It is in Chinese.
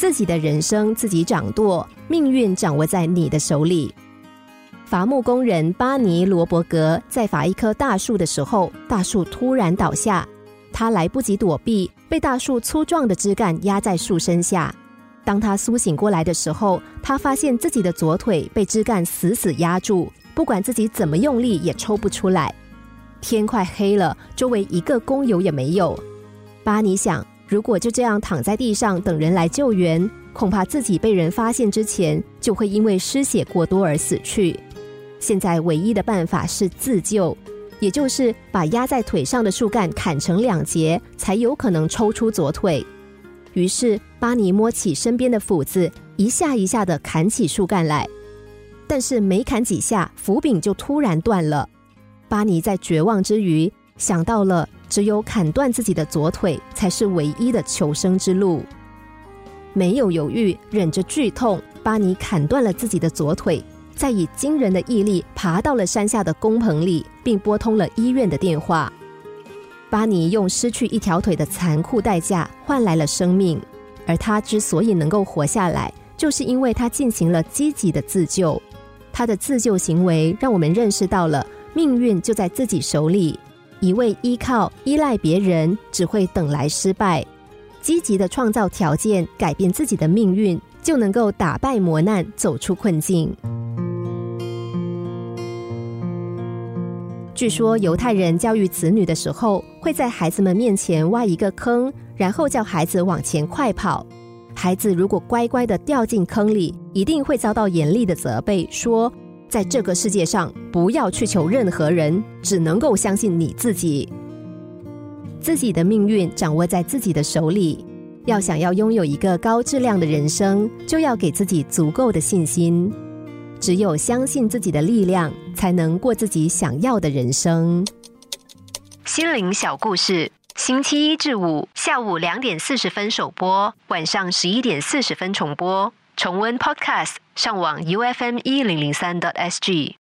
自己的人生自己掌舵，命运掌握在你的手里。伐木工人巴尼·罗伯格在伐一棵大树的时候，大树突然倒下，他来不及躲避，被大树粗壮的枝干压在树身下。当他苏醒过来的时候，他发现自己的左腿被枝干死死压住，不管自己怎么用力也抽不出来。天快黑了，周围一个工友也没有。巴尼想，如果就这样躺在地上等人来救援，恐怕自己被人发现之前就会因为失血过多而死去。现在唯一的办法是自救，也就是把压在腿上的树干砍成2截，才有可能抽出左腿。于是巴尼摸起身边的斧子，一下一下地砍起树干来。但是没砍几下，斧柄就突然断了。巴尼在绝望之余，想到了只有砍断自己的左腿才是唯一的求生之路。没有犹豫，忍着剧痛，巴尼砍断了自己的左腿，再以惊人的毅力爬到了山下的工棚里，并拨通了医院的电话。巴尼用失去一条腿的残酷代价换来了生命，而他之所以能够活下来，就是因为他进行了积极的自救。他的自救行为让我们认识到了命运就在自己手里，一味依靠依赖别人只会等来失败。积极的创造条件，改变自己的命运，就能够打败磨难，走出困境。据说犹太人教育子女的时候，会在孩子们面前挖一个坑，然后叫孩子往前快跑。孩子如果乖乖地掉进坑里，一定会遭到严厉的责备，说在这个世界上不要去求任何人，只能够相信你自己。自己的命运掌握在自己的手里，要想要拥有一个高质量的人生，就要给自己足够的信心。只有相信自己的力量，才能过自己想要的人生。心灵小故事，星期1至5下午2点40分首播，晚上11点40分重播。重温 Podcast， 上网 UFM1003.SG。